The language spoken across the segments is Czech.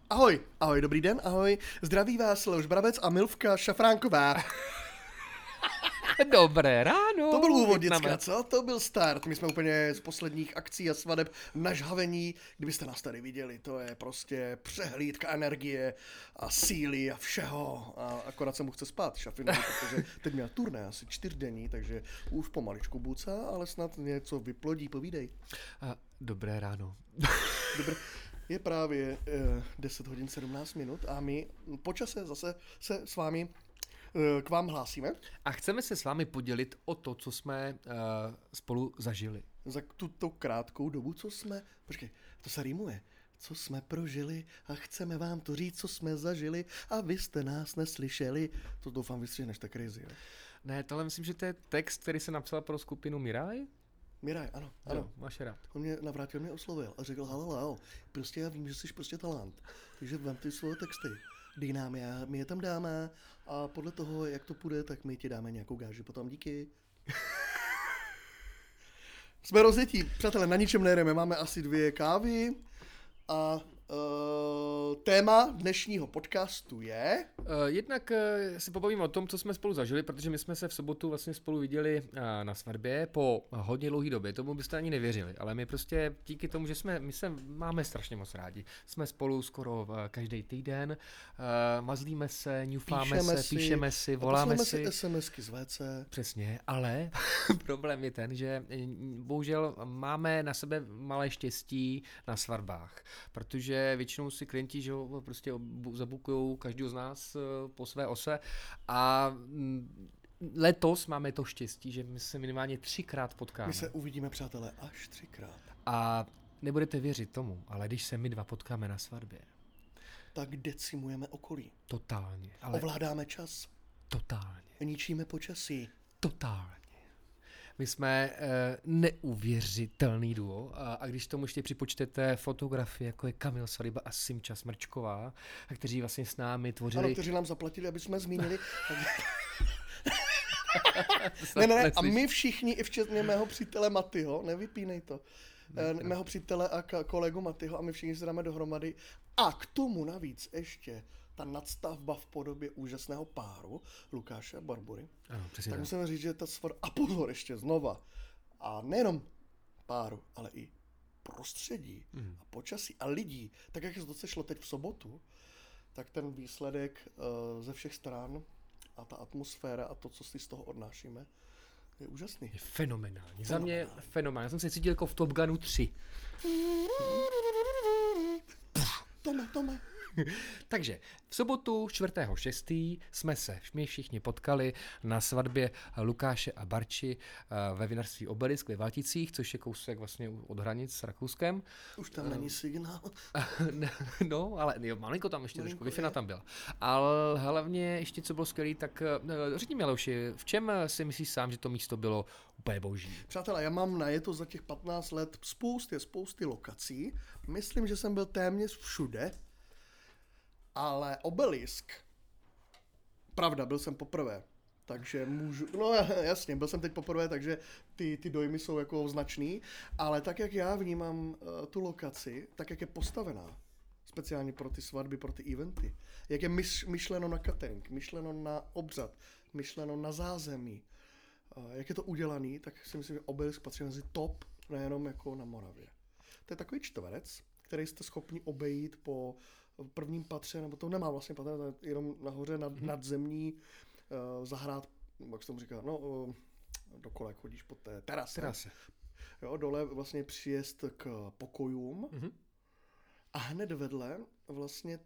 Ahoj, ahoj, dobrý den, ahoj. Zdraví vás Leoš Brabec a Milvka Šafránková. Dobré ráno. To byl úvod, děcka, co? To byl start. My jsme úplně z posledních akcí a svadeb nažhavení. Kdybyste nás tady viděli, to je prostě přehlídka energie a síly a všeho. A akorát se mu chce spát, Šafinovi, protože teď měl turné asi 4denní, takže už pomaličku bucá, ale snad něco vyplodí, povídej. Dobré ráno. Dobré. Je právě 10 hodin 17 minut a my po čase zase se s vámi k vám hlásíme. A chceme se s vámi podělit o to, co jsme spolu zažili. Za tuto krátkou dobu, co jsme... Počkej, to se rýmuje. Co jsme prožili a chceme vám to říct, co jsme zažili a vy jste nás neslyšeli. To doufám vystřihneš tak crazy, jo? Ne, tohle myslím, že to je text, který se napsal pro skupinu Miraj. Miraj, ano. Jo, máš rád. On mě navrátil, mě oslovil a řekl, halal, prostě já vím, že jsi prostě talent, takže vem ty svoje texty, dej nám my je tam dáme a podle toho, jak to půjde, tak my ti dáme nějakou gáži potom, díky. Jsme rozjetí, přátelé, na ničem nejdeme, máme asi 2 kávy a téma dnešního podcastu je... Jednak si pobavíme o tom, co jsme spolu zažili, protože my jsme se v sobotu vlastně spolu viděli na svatbě po hodně dlouhé době. Tomu byste ani nevěřili, ale my prostě díky tomu, že my se máme strašně moc rádi. Jsme spolu skoro každý týden, mazlíme se, ňufáme se, píšeme si, voláme si. SMSky z WC. Přesně, ale problém je ten, že bohužel máme na sebe malé štěstí na svatbách, protože většinou si klienti, že ho prostě zabukujou každého z nás po své ose a letos máme to štěstí, že my se minimálně 3krát potkáme. My se uvidíme, přátelé, až 3krát. A nebudete věřit tomu, ale když se my 2 potkáme na svatbě, tak decimujeme okolí. Totálně. Ale ovládáme čas. Totálně. Ničíme počasí. Totálně. My jsme neuvěřitelný duo a když tomu ještě připočtete fotografie, jako je Kamil Saliba a Simča Smrčková, kteří vlastně s námi tvořili... Ano, kteří nám zaplatili, aby jsme zmínili. ne, a my všichni, i včetně mého přítele Matyho, nevypínej to, mého přítele a kolegu Matyho a my všichni se dáme dohromady a k tomu navíc ještě ta nadstavba v podobě úžasného páru Lukáše a Barbory. Ano, přesně tak musíme říct, že ta a pozor ještě znova. A nejenom páru, ale i prostředí a počasí a lidí, tak jak se to sešlo teď v sobotu, tak ten výsledek ze všech stran a ta atmosféra a to, co si z toho odnášíme, je úžasný. Je fenomenální. Za mě fenomenální. Já jsem se cítil jako v Top Gunu 3. Tome. Takže v sobotu 4.6. jsme se všichni potkali na svatbě Lukáše a Barči ve vinařství Obelisk ve Valticích, což je kousek vlastně od hranic s Rakouskem. Už tam není signál. No, ale jo, malinko tam ještě trošku, Wi-Fi tam byla. Ale hlavně ještě co bylo skvělé, tak řekni mi, Leoši, v čem si myslíš sám, že to místo bylo úplně boží? Přátelé, já mám najeto za těch 15 let spousty lokací. Myslím, že jsem byl téměř všude. Ale Obelisk, pravda, byl jsem poprvé, takže můžu, no jasně, byl jsem teď poprvé, takže ty dojmy jsou jako značný, ale tak, jak já vnímám tu lokaci, tak, jak je postavená, speciálně pro ty svatby, pro ty eventy, jak je myšleno na catering, myšleno na obřad, myšleno na zázemí, jak je to udělaný, tak si myslím, že Obelisk patří mezi top, nejenom jako na Moravě. To je takový čtverec, který jste schopni obejít po prvním patře, nebo to nemá vlastně patře, to je jenom nahoře nadzemní zahrát, jak se tomu říká, dokola, jak chodíš po té terase. Jo, dole vlastně přijezd k pokojům a hned vedle vlastně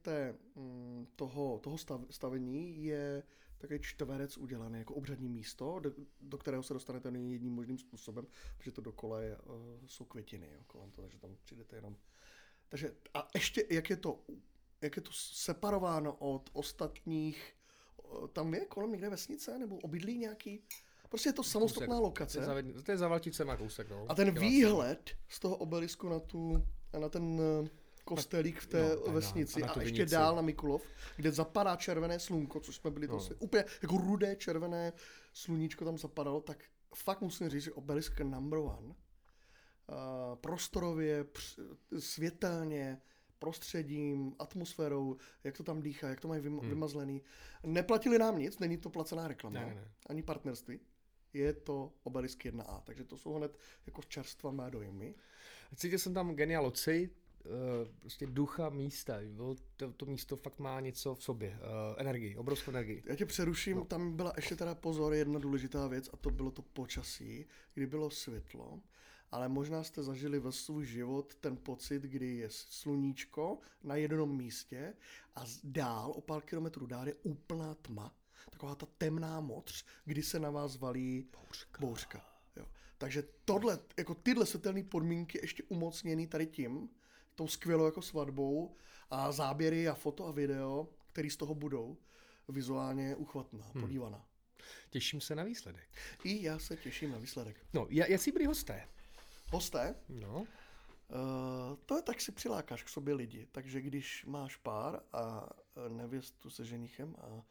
toho stavení je takový čtverec udělaný jako obřadní místo, do kterého se dostanete jedním možným způsobem, protože to dokola jsou květiny kolem toho, takže tam přijdete jenom. Takže a ještě jak je to separováno od ostatních, tam je kolem někde vesnice nebo obydlí nějaký, prostě je to samostatná lokace. To je za Valticema kousek, no. A ten výhled z toho Obelisku na ten kostelík v té vesnici a ještě dál na Mikulov, kde zapadá červené slunko, což jsme byli to úplně jako rudé červené sluníčko tam zapadalo, tak fakt musím říct, že Obelisk number one. Prostorově, světelně, prostředím, atmosférou, jak to tam dýchá, jak to mají vymazlený. Neplatili nám nic, není to placená reklama, ani partnerství. Je to Obelisk 1A, takže to jsou hned jako čerstva mé dojmy. Cítil jsem tam genialoci, prostě ducha místa. To místo fakt má něco v sobě. Energii, obrovskou energii. Já tě přeruším, no. Tam byla ještě teda pozor, jedna důležitá věc a to bylo to počasí, kdy bylo světlo, ale možná jste zažili ve svůj život ten pocit, kdy je sluníčko na jednom místě a dál, o pár kilometrů dál je úplná tma. Taková ta temná moc, kdy se na vás valí bouřka. Jo. Takže tohle, jako tyhle světelné podmínky ještě umocněný tady tím, tou skvělou jako svatbou a záběry a foto a video, které z toho budou, vizuálně uchvatná, podívaná. Těším se na výsledek. I já se těším na výsledek. No, jaký byli hosté? Hosté? No. To je tak, si přilákáš k sobě lidi. Takže když máš pár a nevěstu se ženichem a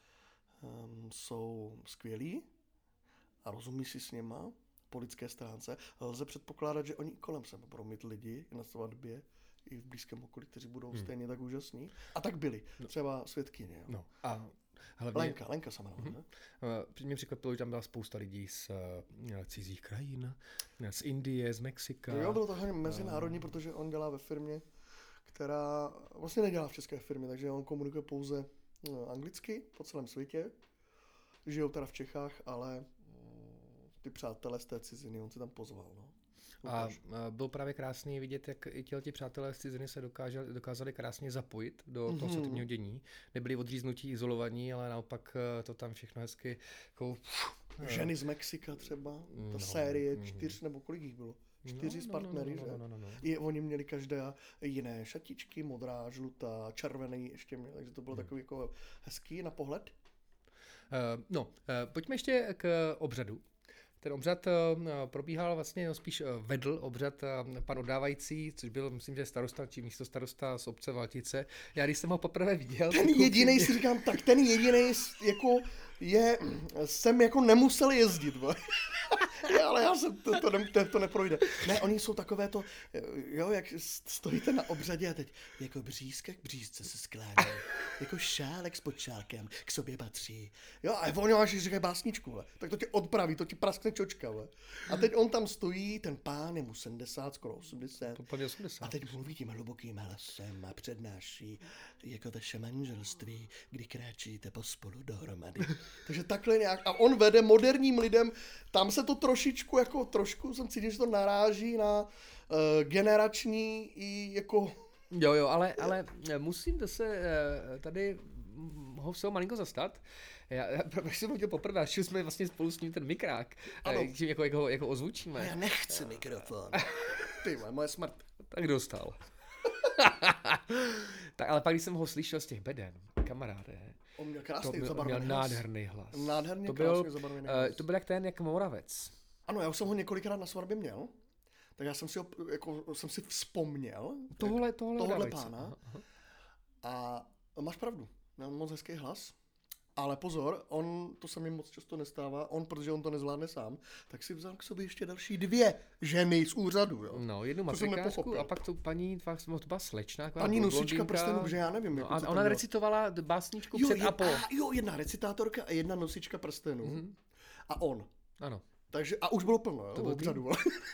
jsou skvělí a rozumí si s něma po lidské stránce, lze předpokládat, že oni kolem sebe budou mít lidi na svatbě i v blízkém okolí, kteří budou stejně tak úžasní. A tak byli. Třeba svědkyně. Jo. No. A hlavně... Lenka se jmenovala. Mě překvapilo, že tam byla spousta lidí z cizích krajin, z Indie, z Mexika. Jo, bylo to hodně mezinárodní, protože on dělá ve firmě, která vlastně nedělá v české firmě, takže on komunikuje pouze anglicky po celém světě. Žijou teda v Čechách, ale ty přátelé z té ciziny, on se tam pozval. No. A bylo právě krásný vidět, jak i ti přátelé z ciziny se dokázali krásně zapojit do toho světovního dění. Nebyli odříznutí, izolovaní, ale naopak to tam všechno hezky jako... Ženy z Mexika třeba, ta série 4 nebo kolik jich bylo? 4 z partnery, že? I oni měli každé jiné šatičky, modrá, žlutá, červený ještě měli, takže to bylo takový jako hezký na pohled. Pojďme ještě k obřadu. Ten obřad probíhal vlastně, spíš vedl obřad pan oddávající, což byl, myslím, že starosta či místostarosta z obce Valtice. Já když jsem ho poprvé viděl... Ten jedinej si říkám, tak ten jedinej jako jsem jako nemusel jezdit, ale já jsem, to neprojde. Ne, oni jsou takové to, jo, jak stojíte na obřadě a teď jako břízka k břízce se sklání, jako šálek s počálkem k sobě patří. Jo, a oni máš říkají básničku, tak to tě odpraví, to ti praskne čočka, a teď on tam stojí, ten pán je mu 70, skoro 80. A teď mluví tím hlubokým hlasem a přednáší jako vaše manželství, kdy kráčíte pospolu dohromady. Takže takhle nějak, a on vede moderním lidem, tam se to trošku jsem cítil, že to naráží na generační i jako... Jo, ale musím se tady ho všeho malinko zastat. Já jsem ho viděl poprvé, až jsme vlastně spolu s ním ten mikrák, tím jako ozvučíme. Já nechci mikrofon. Ty moje smrt. Tak dostal. Tak ale pak, když jsem ho slyšel z těch beden, kamaráde, on měl krásný zabarvený hlas. Nádherný hlas. Nádherně krásný zabarvený hlas. To byl jak Moravec. Ano, já už jsem ho několikrát na svatbě měl, tak já jsem si vzpomněl tohle pána. A máš pravdu, měl moc hezký hlas. Ale pozor, to se mi moc často nestává, protože on to nezvládne sám, tak si vzal k sobě ještě další 2 ženy z úřadu, jo. No, jednu matrikářku a pak tu paní, to byla slečna. Paní nosička prstenů, že já nevím. No, a ona recitovala básničku před a po. Jo, jedna recitátorka a jedna nosička prstenů. Mm-hmm. A on. Ano. Takže, a už bylo plno, jo, obřadu.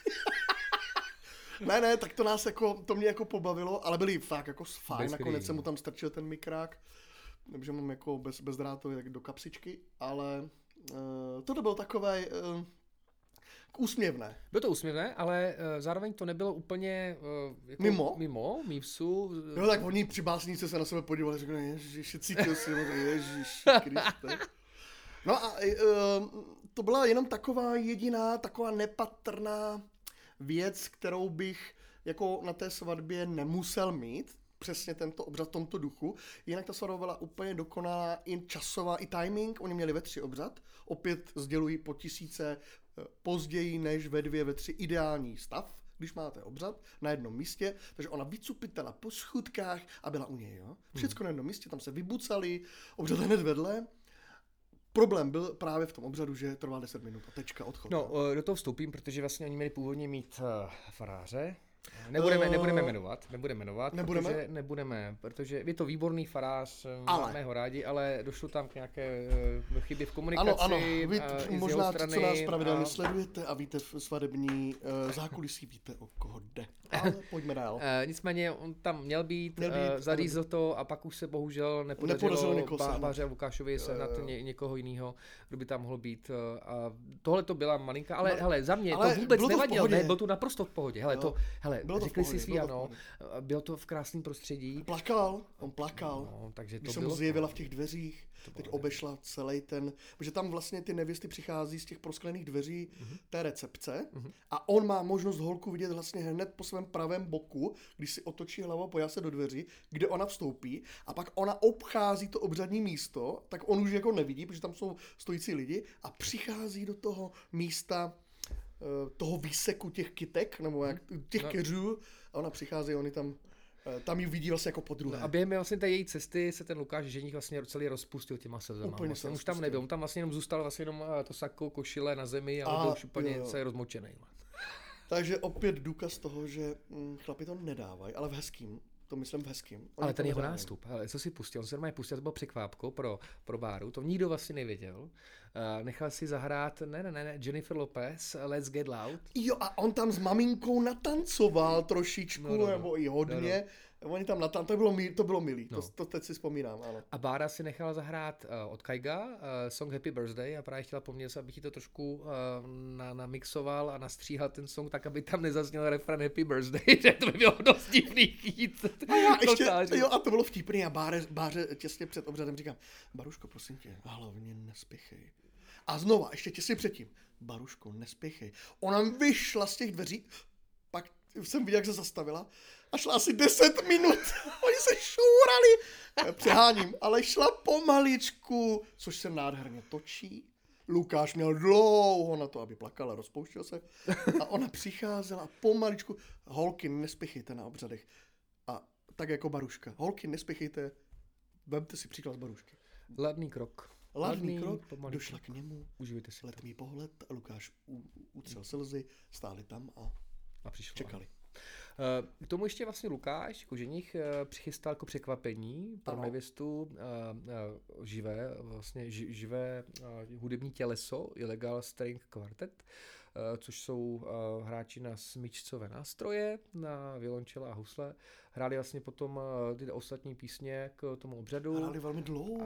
Ne, tak to mě jako pobavilo, ale byli fakt jako fajn, nakonec jsem mu tam strčil ten mikrák. Takže mám jako bezdrátový tak do kapsičky, ale to bylo takové úsměvné. Bylo to úsměvné, ale zároveň to nebylo úplně jako mimo mívsu. Jo, tak oni při básnice se na sebe podívali, řekli, ježiši, cítil si, ježiši Kriste. No a to byla jenom taková jediná, taková nepatrná věc, kterou bych jako na té svatbě nemusel mít. Přesně tento obřad v tomto duchu. Jinak ta svatba byla úplně dokonalá, i časová, i timing. Oni měli ve 3 obřad. Opět sdělují po 1000 později než ve 2, ve 3 ideální stav, když máte obřad na jednom místě. Takže ona vycupitala po schůdkách a byla u něj. Jo? Všecko na jednom místě, tam se vybucali, obřad hned vedle. Problém byl právě v tom obřadu, že trval 10 minut a tečka, odchod. No, do toho vstoupím, protože vlastně oni měli původně mít faráře. Nebudeme jmenovat, Nebudeme? protože je to výborný farář, máme ho rádi, ale došlo tam k nějaké chybě v komunikaci. Ano, vy možná, strany, co nás pravidelně sledujete a víte v svadební zákulisí, víte, o koho jde. Ale pojďme dál. Nicméně on tam měl být zařízl to a pak už se bohužel nepodařilo Báře a Lukášovi sehnat někoho jiného, kdo by tam mohl být. A tohle to byla malinká, ale hele, za mě to vůbec nevadilo, ne, bylo to naprosto v pohodě. Řekli si svý ano, bylo to v krásném prostředí. On plakal, no, takže když se mu zjevila v těch dveřích, teď obešla celý ten, protože tam vlastně ty nevěsty přichází z těch prosklených dveří té recepce a on má možnost holku vidět vlastně hned po svém pravém boku, když si otočí hlavu a podívá se do dveří, kde ona vstoupí a pak ona obchází to obřadní místo, tak on už jako nevidí, protože tam jsou stojící lidi a přichází do toho místa toho výseku těch kytek, nebo jak, těch keřů a ona přichází, oni tam ji vidí vlastně jako podruhé. No a během vlastně té její cesty se ten Lukáš ženich vlastně celý rozpustil těma slzama. Vlastně už tam nebyl, on tam vlastně jenom zůstal vlastně jenom to sako, košile na zemi a byl už úplně celý rozmočený. Takže opět důkaz toho, že chlapi to nedávají, ale v hezkým. To myslím v hezkým. Ale ten jeho nástup, co si pustil? On se normálně pustil, to bylo překvápko pro Báru, to nikdo vlastně nevěděl. Nechal si zahrát, ne, Jennifer Lopez, Let's Get Loud. Jo, a on tam s maminkou natancoval trošičku, nebo i hodně. Oni tam to bylo milý, to teď si vzpomínám, ano. A Bára si nechala zahrát od Kaiga song Happy Birthday a právě chtěla po mně, abych jí to trošku namixoval a nastříhal ten song tak, aby tam nezazněl refren Happy Birthday, že to by bylo dost divný jít. A to bylo vtipný a Báře těsně před obřadem říkám, Baruško, prosím tě, hlavně nespěchej. A znova, ještě těsně předtím, Baruško, nespěchej. Ona vyšla z těch dveří, pak jsem viděl, jak se zastavila a šla asi 10 minut. Oni se šourali. Přeháním, ale šla pomaličku, což se nádherně točí. Lukáš měl dlouho na to, aby plakal a rozpouštěl se. A ona přicházela pomaličku. Holky, nespěchejte na obřadech. A tak jako Baruška. Holky, nespěchejte. Vemte si příklad z Barušky. Ladný krok, došla k němu. Užijte si letmý pohled. Lukáš utřel slzy, stáli tam a čekali. K tomu ještě vlastně Lukáš, jako ženich, přichystal jako překvapení pro nevěstu živé hudební těleso Illegal String Quartet, což jsou hráči na smyčcové nástroje, na violončela a husle. Hráli vlastně potom ty ostatní písně k tomu obřadu. Hráli velmi dlouho.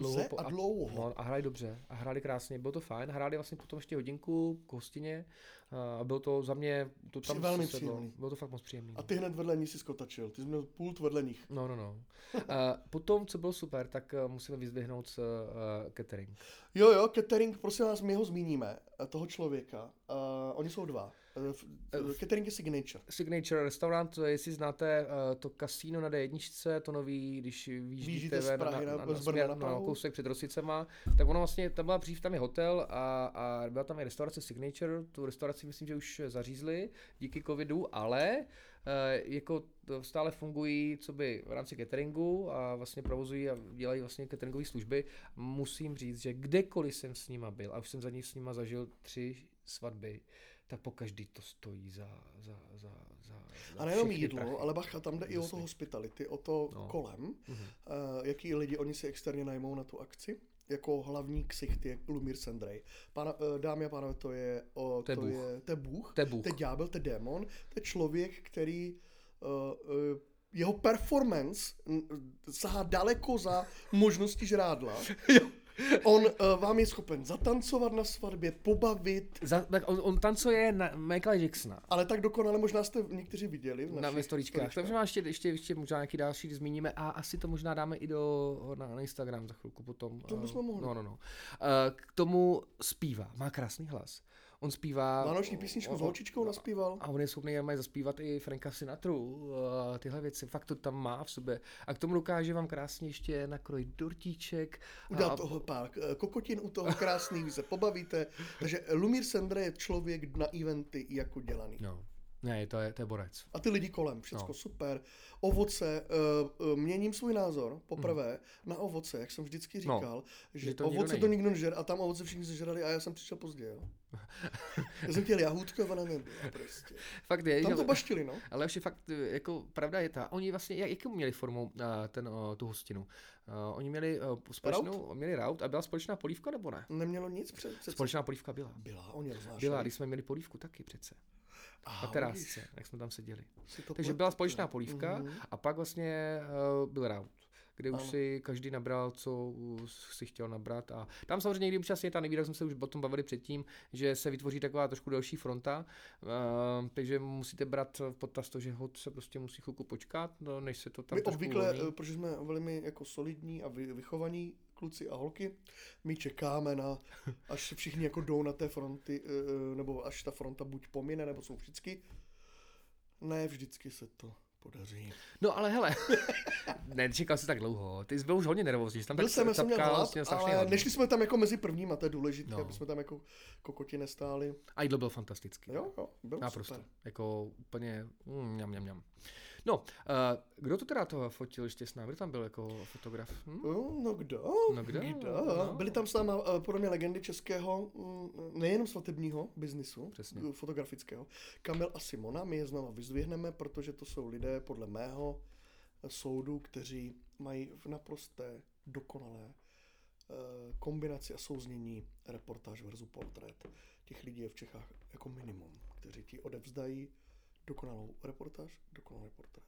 A hráli dobře. A hráli krásně, bylo to fajn. Hráli vlastně potom ještě hodinku k hostině. A bylo to za mě, to tam velmi příjemný. Bylo to fakt moc příjemný. A ty hned vedle ní si skotačil, ty jsi měl pult vedle nich. No. Potom, co bylo super, tak musíme vyzdvihnout catering. Jo, catering, prosím vás, my ho zmíníme, toho člověka. Oni jsou dva. Catering je Signature restaurant, jestli znáte to kasíno na D1, to nový, když vyjíždíte z Prahy na kousek před Rosicema, tak ono vlastně, tam byla dřív, tam je hotel a byla tam i restaurace Signature, tu restauraci myslím, že už zařízli díky covidu, ale jako stále fungují co by v rámci cateringu a vlastně provozují a dělají vlastně cateringové služby. Musím říct, že kdekoliv jsem s nima byl a už jsem za nich s nima zažil 3 svatby, tak po každý to stojí za a nejenom jídlo, prachy. Ale bacha, tam jde i o to hospitality, o to kolem, jaký lidi oni si externě najmou na tu akci. Jako hlavní ksicht je Lumír Sendrej. Dámy a pánové, to je Bůh, to je ďábel, to je démon, to je člověk, který jeho performance sahá daleko za možnosti žrádla. On vám je schopen zatancovat na svatbě, pobavit. On tancuje na Michaela Jacksona. Ale tak dokonale možná jste někteří viděli na storičkách. Takže ještě možná nějaký další zmíníme a asi to možná dáme i na Instagram za chvilku potom. To bychom mohli. No. K tomu zpívá, má krásný hlas. On zpívá... Vánoční písničku s holčičkou naspíval. A on je schopný zaspívat i Franka Sinatru, tyhle věci. Fakt to tam má v sobě. A k tomu dokáže vám krásně ještě nakrojit dortíček. Udělat toho pár kokotin u toho krásný, vy se pobavíte. Takže Lumír Sendrej je člověk na eventy jako dělaný. Ne, to je borec. A ty lidi kolem, všecko super. Ovoce, měním svůj názor poprvé na ovoce, jak jsem vždycky říkal, že to ovoce to nikdo nežer a tam ovoce všichni sežrali a já jsem přišel pozdě, jo. Já jsem chtěl jahůdku a ona nebyla prostě. Fakt je, tam to baštili, no. Ale už je fakt, jako pravda je ta, oni vlastně, jakou měli formou tu hostinu? Oni měli měli raut a byla společná polívka nebo ne? Nemělo nic přece. Společná polívka byla. Byla, oni roznášeli. Byla, když jsme měli polívku taky přece. Na terásce, jak jsme tam seděli. Takže byla společná polívka a pak vlastně byl raut, kde už si každý nabral, co si chtěl nabrat. A tam samozřejmě někdy občas je ta nevýhoda, jsme se už o tom bavili předtím, že se vytvoří taková trošku delší fronta, takže musíte brát v potaz to, že hod se prostě musí chvilku počkat, než se to tam trošku obvykle, uvolní. protože jsme velmi jako solidní a vychovaní kluci a holky, my čekáme až všichni jako jdou na té fronty, nebo až ta fronta buď pomine, nebo jsou vždycky. Ne, vždycky se to podaří. No ale hele, nečekal jsi tak dlouho, ty jsi byl už hodně nervózní, že tam tak jsem měl hlad, ale hodně. Nešli jsme tam jako mezi prvníma, to je důležité, aby jsme tam jako kokoti nestáli. A jídlo bylo fantastický. Jo, bylo naprosto. Super. Jako úplně mňam. No, kdo to teda toho fotil Štěsná? Kdo tam byl jako fotograf? No kdo? No. Byli tam s náma podle mě legendy českého, nejenom svatebního biznisu, fotografického, Kamil a Simona, my je znovu vyzdvihneme, protože to jsou lidé podle mého soudu, kteří mají v naprosté dokonalé kombinaci a souznění reportáž versus portrét. Těch lidí je v Čechách jako minimum, kteří ti odevzdají dokonalou reportáž, dokonalý portrét.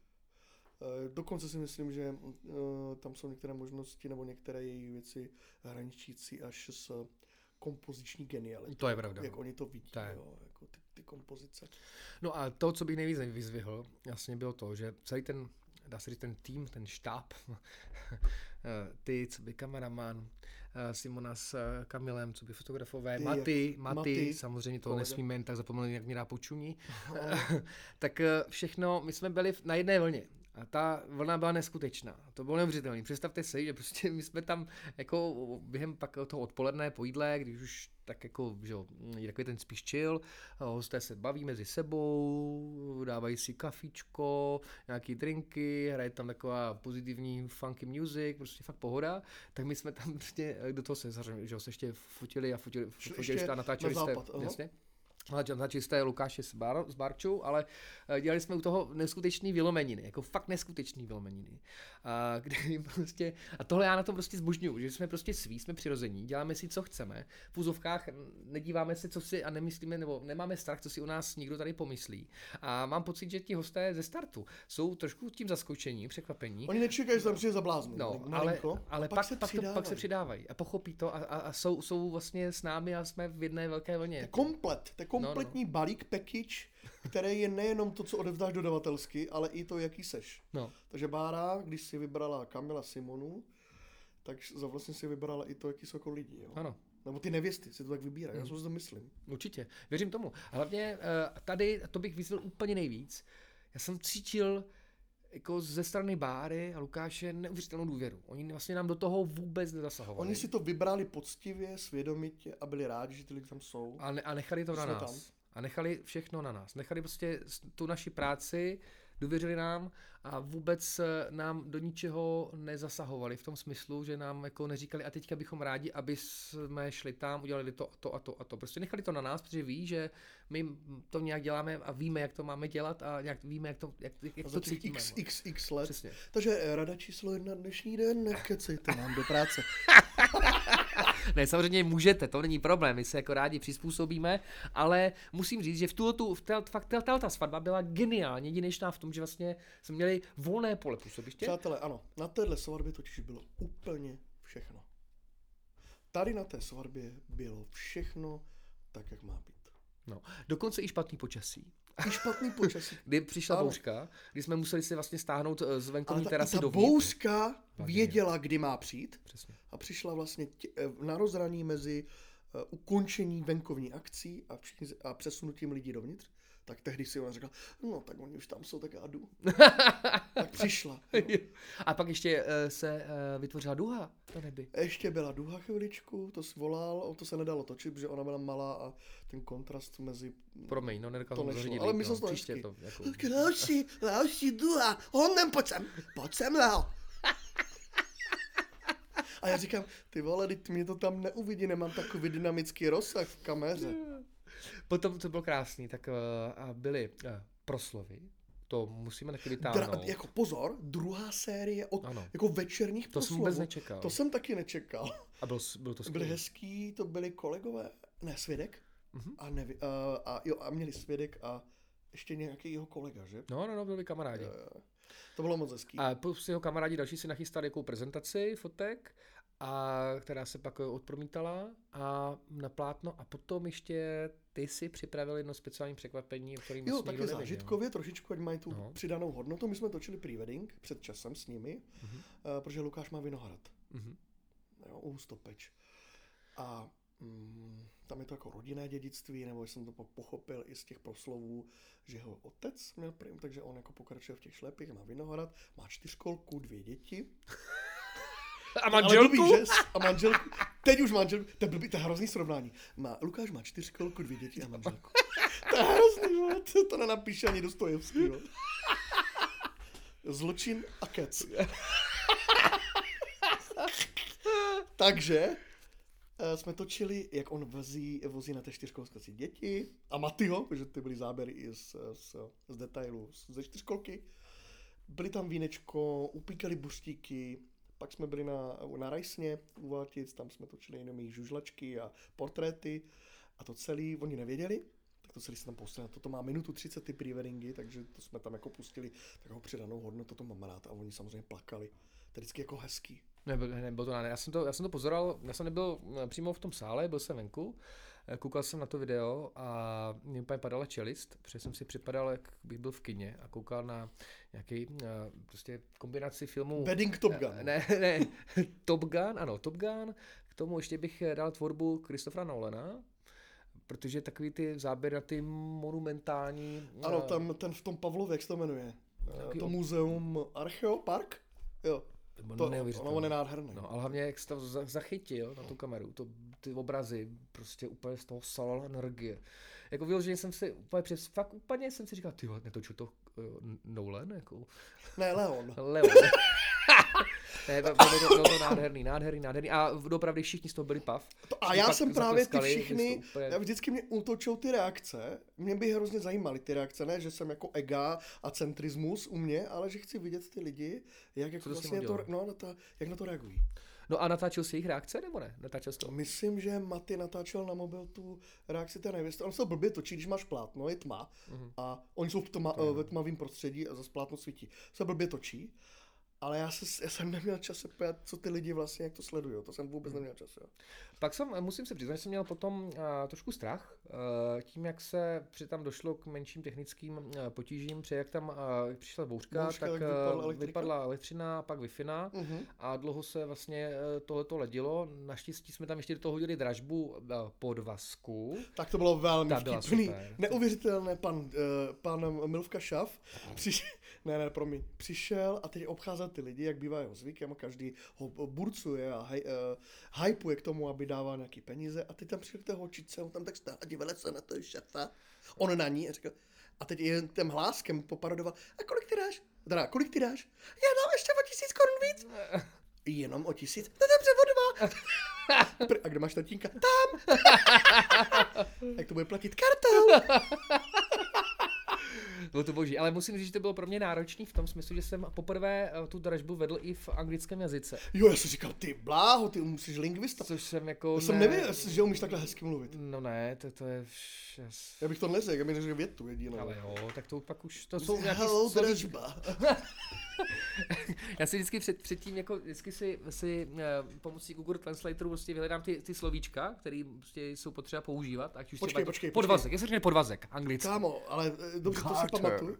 Dokonce si myslím, že tam jsou některé možnosti nebo některé její věci hraničící až s kompoziční genialitou. To je pravda. Jak oni to vidí, jo, jako ty kompozice. No a to, co bych nejvíc vyzvihl, jasně bylo to, že celý ten, dá se říct, ten tým, ten štáb, ty, co by kameraman, Simona s Kamilem, co by fotografové, Maty, samozřejmě to nesmíme jen tak zapomenout, jak mě dá počuní. Tak všechno, my jsme byli na jedné vlně. A ta vlna byla neskutečná. To bylo neuvěřitelné. Představte si, že prostě my jsme tam jako během pak toho odpoledne po jídle, když už tak jako, že je takový ten spíš chill, hosté se baví mezi sebou, dávají si kafičko, nějaký drinky, hraje tam taková pozitivní funky music, prostě fakt pohoda, tak my jsme tam prostě do toho se ještě fotili a fotili a natáčeli jste, jasně. Natáčeli jste Lukáše s Barčou, ale dělali jsme u toho neskutečný vylomeniny, jako fakt neskutečný vylomeniny. A tohle já na tom prostě zbožňuju, že jsme prostě jsme přirození, děláme si, co chceme, v úzovkách nedíváme se, co si a nemyslíme, nebo nemáme strach, co si o nás někdo tady pomyslí. A mám pocit, že ti hosté ze startu jsou trošku tím zaskočení, překvapení. Oni nečekají, že tam přijde za blázny. No, ale pak se přidávají a pochopí to a jsou vlastně s námi a jsme v jedné velké vlně. Kompletní balík package, který je nejenom to, co odevzdáš dodavatelsky, ale i to, jaký seš. No. Takže Bára, když si vybrala Kamila Simonu, tak vlastně si vybrala i to, jaký jsou jako lidi. Jo? Ano. Nebo ty nevěsty si to tak vybírají, já si to myslím. Určitě, věřím tomu. Hlavně tady, to bych vyzval úplně nejvíc, já jsem cítil jako ze strany Báry a Lukáše neuvěřitelnou důvěru. Oni vlastně nám do toho vůbec nezasahovali. Oni si to vybrali poctivě, svědomitě a byli rádi, že ty lidi tam jsou. A nechali to na nás. Tam. A nechali všechno na nás. Nechali prostě tu naši práci, důvěřili nám a vůbec nám do ničeho nezasahovali v tom smyslu, že nám jako neříkali a teďka bychom rádi, aby jsme šli tam, udělali to a to. Prostě nechali to na nás, protože ví, že my to nějak děláme a víme, jak to máme dělat a nějak víme, jak to cítíme. X let. Přesně. Takže rada číslo 1 dnešní den, nekecejte nám do práce. Ne, samozřejmě můžete, to není problém, my se jako rádi přizpůsobíme, ale musím říct, že ta svatba byla geniálně jedinečná v tom, že vlastně jsme měli volné pole působiště. Přátelé, ano, na téhle svatbě totiž bylo úplně všechno. Tady na té svatbě bylo všechno tak, jak má být. No, dokonce i špatný počasí. Kdy přišla bouřka, kdy jsme museli si vlastně stáhnout z venkovní terasy dovnitř. Ta bouřka věděla, kdy má přijít. Přesně. A přišla vlastně na rozhraní mezi ukončení venkovní akcí a přesunutím lidí dovnitř. Tak tehdy si ona řekla, no tak oni už tam jsou, tak já jdu. Tak přišla. Jo. A pak ještě se vytvořila duha na nebi. Ještě byla duha chviličku, to svolal, to se nedalo točit, protože ona byla malá a ten kontrast mezi... Promiň, no nedokázal to to zařídit. ale my jsme to příště hezky. to jako... Další duha, honem, pojď sem, Leo. A já říkám, ty vole, teď mě to tam neuvidí, nemám takový dynamický rozsah v kameře. Potom to bylo krásný, tak byly proslovy, to musíme taky vytáhnout. Jako pozor, druhá série od Ano. jako večerních To proslovů. jsem vůbec nečekal. To jsem taky nečekal. A byl to skvělý. Byli hezký, to byli kolegové, ne, Svědek. A měli Svědek a ještě nějaký jeho kolega, že? No, byli kamarádi. To bylo moc hezký. A plus jeho kamarádi další si nachystali jakou prezentaci fotek, a která se pak odpromítala a na plátno a potom ještě ty si připravili jedno speciální překvapení, o kterým Jo, nikdo taky nevěděl. zážitkově trošičku, ať mají tu přidanou hodnotu. My jsme točili pre-wedding před časem s nimi, protože Lukáš má Vinohrad. Jo, Ústopeč. A tam je to jako rodinné dědictví, nebo jsem to pochopil i z těch proslovů, že jeho otec měl prim, takže on jako pokračuje v těch šlepích, má Vinohrad, má 4 2 děti. A manželku? Ale blbý, že? A manželku. Teď už manželku. To je blbý, to je hrozný srovnání. Lukáš má 4 2 děti a manželku. To je hrozný, to nenapíše ani Dostojevský. Zločin a kec. Takže jsme točili, jak on vozí na té 4kolce děti a Matyho, protože ty byly záběry i z detailu ze 4kolky. Byli tam vínečko, upíkali buřtíky, pak jsme byli na Rajsně u Valtic, tam jsme točili jenom jejich žužlačky a portréty a to celý, oni nevěděli, tak to celý se tam pustili. Toto má minutu 30 ty pre-weddingy, takže to jsme tam jako pustili takovou přidanou hodnotu, to mám rád a oni samozřejmě plakali. To je vždycky jako hezký. Nebylo to nádherné. Já jsem to pozoroval, já jsem nebyl přímo v tom sále, byl jsem venku, koukal jsem na to video a mě úplně padala čelist, protože jsem si připadal, jak bych byl v kině a koukal na nějaký prostě kombinaci filmů. Wedding Top Gun. Ne, Top Gun, ano, Top Gun. K tomu ještě bych dal tvorbu Christophera Nolana, protože takový ty záběry na ty monumentální... Ano, tam ten v tom Pavlově, jak se to jmenuje? To muzeum Archeopark? Jo. On je nádherný. No, ale hlavně, jak jsi to zachytil na tu kameru, ty obrazy, prostě úplně z toho salala energie. Jako vyloženě jsem si úplně jsem si říkal, ty netočil to Nolan? Jako... Ne, Leon. Ne, bylo to nádherný. A dopravdy všichni z toho byli pav. A já jsem právě ty všichni, vždycky mě útočou ty reakce. Mě by hrozně zajímaly ty reakce, ne, že jsem jako ega a centrismus u mě, ale že chci vidět ty lidi, jak jako vlastně jak na to reagují. No a natáčel jsi jejich reakce, nebo ne? Natáčel jsi to? Myslím, že Maty natáčel na mobil tu reakci té nevěsty. On se blbě točí, když máš plátno, je tma. A oni jsou ve tmavém prostředí a zase plátno svítí. Se blbě točí. Ale já jsem neměl čas se pojat, co ty lidi vlastně, jak to sledujou. To jsem vůbec neměl čas. Jo. Pak musím se přiznat, že jsem měl potom trošku strach, tím, jak se tam došlo k menším technickým potížím, protože jak tam přišla bouřka, tak vypadla elektřina, pak Wi-Fi a dlouho se vlastně tohleto ledilo. Naštěstí jsme tam ještě do toho hodili dražbu podvazku. Tak to bylo velmi vtipný. Neuvěřitelné, pan Milvka Šaf přišel a teď obcházel ty lidi, jak bývá jeho zvykem, a každý ho burcuje a hypuje k tomu, aby dával nějaký peníze a teď tam přišel k té holčičce, on tam tak stál a dívala se na toho šafa, on na ní a říkal, a teď jen tím hláskem poparodoval, a kolik ty dáš? Já dám ještě o 1000 korun víc. Jenom o 1000? To dobře, o 2. A kde máš tatínka? Tam. Jak to bude platit kartou? Bylo to boží, ale musím říct, že to bylo pro mě náročný v tom smyslu, že jsem poprvé tu dražbu vedl i v anglickém jazyce. Jo, já jsem říkal, ty bláho, ty musíš lingvista. Což jsem jako... Jsem nevěděl, že umíš takhle hezky mluvit. No ne, to je... Já bych to neřekl, já bych neřekl větu jedinou. Ale jo, tak to pak už, to jsou nějaký dražba. Já si vždycky předtím, jako vždycky si pomocí Google Translatoru prostě vyhledám ty slovíčka, které prostě jsou potřeba používat. Ať už počkej. Podvazek, jak se řekne podvazek, anglicky. Kámo, ale dobře, to si pamatuju.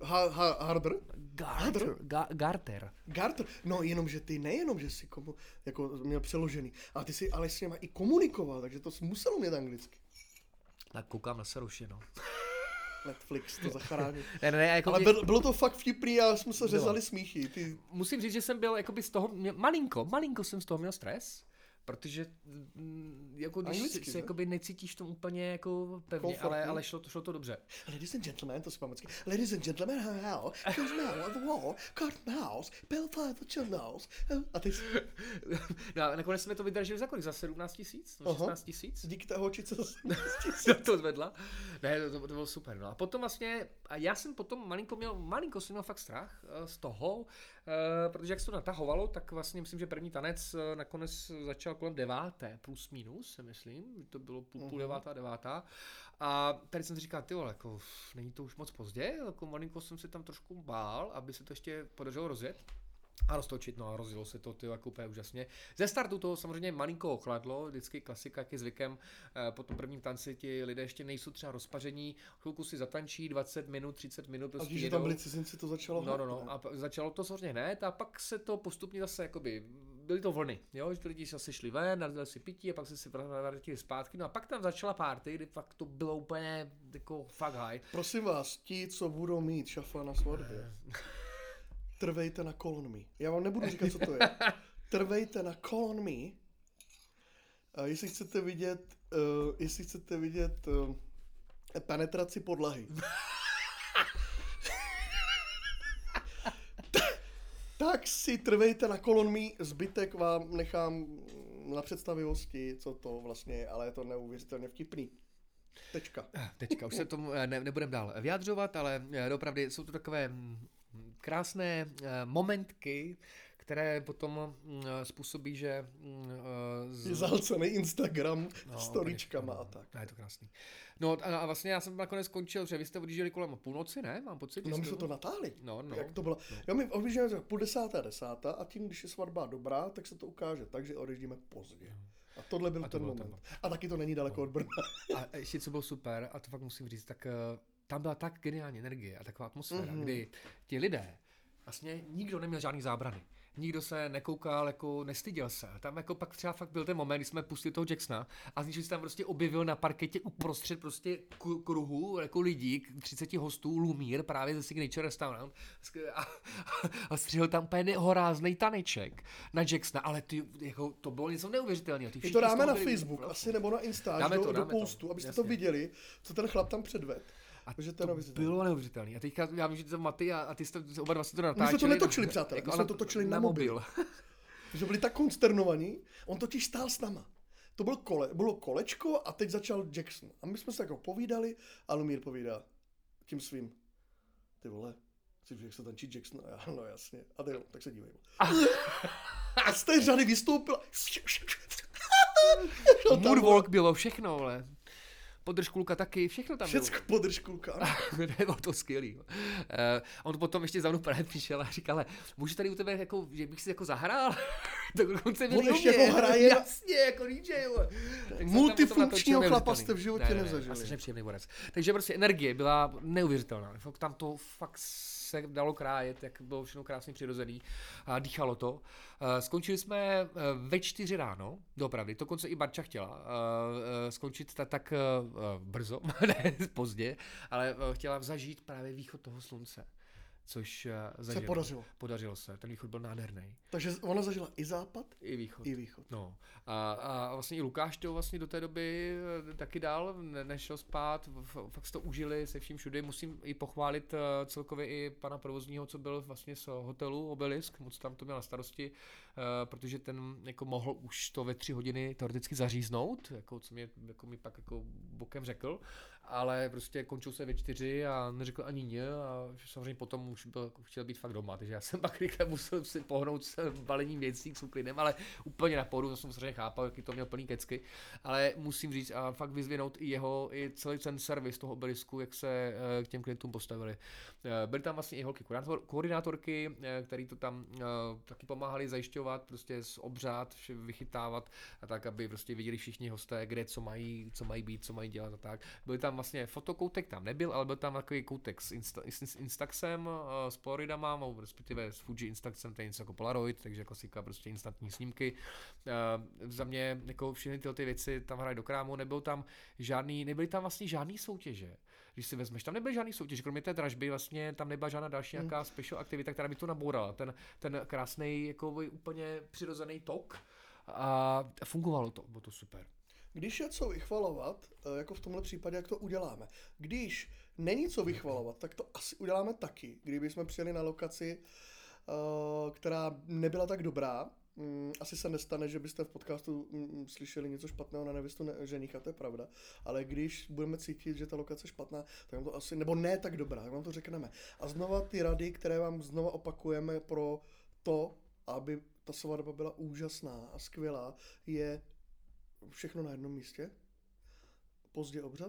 Garter. No jenom, že ty nejenom, že jsi jako měl přeložený, ale ty jsi ale s něma i komunikoval, takže to muselo mít anglicky. Tak koukám na Saruši, no. Netflix to zachránil. Ne, jako ale bylo to fakt vtipný a jsme se řezali smíchy. Musím říct, že jsem byl jakoby z toho, malinko jsem z toho měl stres. Protože jako když si jakoby necítíš v tom úplně jako pevně, ale šlo to dobře. Ladies and gentlemen, to si pamatuji. Ladies and gentlemen, how comes now on the wall, cut mouse, Bill the chill nose. A ty no, nakonec jsme to vydrželi za kolik? Za 17 000? 16 000? Díky té holčice za 17 000. To zvedla. Ne, to bylo super. No. A potom vlastně, a já jsem potom malinko jsem měl fakt strach z toho, protože jak se to natahovalo, tak vlastně myslím, že první tanec nakonec začal kolem 9. plus minus, se myslím, to bylo půl 9. A tady jsem si říkal, ty vole, jako není to už moc pozdě, jako malinko jsem se tam trošku bál, aby se to ještě podařilo rozjet. A roztočit, no a rozjelo se to, ty jako úplně úžasně. Ze startu to samozřejmě malinko ochladlo, vždycky klasika, jak je zvykem, po tom prvním tanci ti lidé ještě nejsou třeba rozpaření, chvilku si zatančí, 20 minut, 30 minut. Prostě a když tam byli cizinci, to začalo No, a začalo to samozřejmě hned a pak se to postupně zase jakoby, byly to vlny, jo, že ty lidi zase šli ven, nadali si pití a pak se si vrátili zpátky, no a pak tam začala party, kdy fakt to bylo úplně jako fakt high. Prosím vás, ti, co budou mít šafa na svatbě, trvejte na Call on Me. Já vám nebudu říkat, co to je. Trvejte na Call on Me. Jestli chcete vidět penetraci podlahy. Tak si trvejte na Call on Me. Zbytek vám nechám na představivosti, co to vlastně je, ale je to neuvěřitelně vtipný. Tečka. Už se tomu nebudem dál vyjadřovat, ale opravdu jsou to takové krásné momentky, které potom způsobí, že... Je zahlcený Instagram storičkama a tak. No, je to krásný. No a vlastně já jsem nakonec skončil, že vy jste odjížděli kolem půlnoci, ne? Mám pocit. No my jsme to natáhli. No. Jak to bylo? No. Jo, my odjížděme půl 10. a tím, když je svatba dobrá, tak se to ukáže, takže odjíždíme pozdě. A tohle byl ten moment. A taky to není daleko od Brna. A ještě co bylo super, a to fakt musím říct, tak tam byla tak geniální energie a taková atmosféra, kdy ti lidé, vlastně nikdo neměl žádný zábrany. Nikdo se nekoukal, jako nestyděl se. Tam jako pak třeba fakt byl ten moment, kdy jsme pustili toho Jacksona a z ničeho se tam prostě objevil na parketě uprostřed prostě kruhu jako lidí, 30 hostů, Lumír, právě ze Signature Restaurant a střihl tam úplně nehoráznej taneček na Jacksona, ale jako, to bylo něco neuvěřitelného. My to dáme na Facebook, asi nebo na Insta, do postu, abyste to viděli, co ten chlap tam předvedl. A to bylo neuvěřitelné. A teďka já vím, že to Maty a ty jste oba dva si to natáčeli. My jsme to netočili, přátelé, my jsme to točili na mobil. Takže byli tak konsternovaní, on totiž stál s náma. To bylo kolečko a teď začal Jackson. A my jsme se jako povídali a Lumír povídá tím svým, ty vole, chceš, jak se tančí Jackson? A já, no jasně. A ty, tak se dívej. A z té řady vystoupil. Moonwalk bylo všechno, vole. Podržkulka taky, všechno tam bylo. Všecko podržkulka. Bylo to skvělý. On potom ještě za mnou právě přišel a říkal, můžu tady u tebe, jako, že bych si jako zahrál? Tak dokonce on ještě jako hraje. Jasně, jako DJ. Multifunkčního chlapa jste v životě nezažili. A strašně příjemný borec. Takže prostě energie byla neuvěřitelná. Tam to fakt se dalo krájet, jak bylo všechno krásně přirozený a dýchalo to. Skončili jsme ve 4 ráno, doopravdy, dokonce i Barča chtěla skončit tak brzo, ne pozdě, ale chtěla zažít právě východ toho slunce. Což se podařilo. Podařilo se, ten východ byl nádherný. Takže ona zažila i západ, i východ. I východ. No. A vlastně i Lukáš to vlastně do té doby taky dál nešel spát, fakt to užili se vším všude. Musím i pochválit celkově i pana provozního, co byl vlastně z hotelu Obelisk, moc tam to měl na starosti, protože ten jako mohl už to ve 3 hodiny teoreticky zaříznout, jako co mě jako mi pak jako bokem řekl, ale prostě končil se ve 4 a neřekl ani ně a samozřejmě potom už chtěl být fakt doma, takže já jsem pak rychle musel si pohnout s balením věcí, s uklidem, ale úplně na pohodu, to jsem samozřejmě chápal, jaký to měl plný kecky, ale musím říct a fakt vyzvěnout i celý ten servis toho Obelisku, jak se k těm klientům postavili. Byly tam vlastně i holky koordinátorky, který to tam taky pomáhali zajišťovat, prostě z obřád, vychytávat a tak, aby prostě viděli všichni hosté, kde co mají být, co mají dělat a tak. Byly tam vlastně fotokoutek tam nebyl, ale byl tam takový koutek s Instaxem, s Polaroidama, respektive s Fuji Instaxem, to je něco jako Polaroid, takže klasika prostě instantní snímky. Za mě jako všechny tyhle věci tam hrají do krámu, nebyly tam vlastně žádný soutěže, když si vezmeš, tam nebyl žádný soutěž, kromě té dražby, vlastně tam nebyla žádná další nějaká special aktivita, která by to nabourala. Ten krásný, jako úplně přirozený tok a fungovalo to, bylo to super. Když je co vychvalovat, jako v tomhle případě, jak to uděláme. Když není co vychvalovat, tak to asi uděláme taky. Kdyby jsme přijeli na lokaci, která nebyla tak dobrá, asi se nestane, že byste v podcastu slyšeli něco špatného na nevěstu ženicha, to je pravda. Ale když budeme cítit, že ta lokace je špatná, tak vám to asi, nebo ne tak dobrá, tak vám to řekneme. A znova ty rady, které vám znova opakujeme pro to, aby ta svatba byla úžasná a skvělá, je všechno na jednom místě, pozdě obřad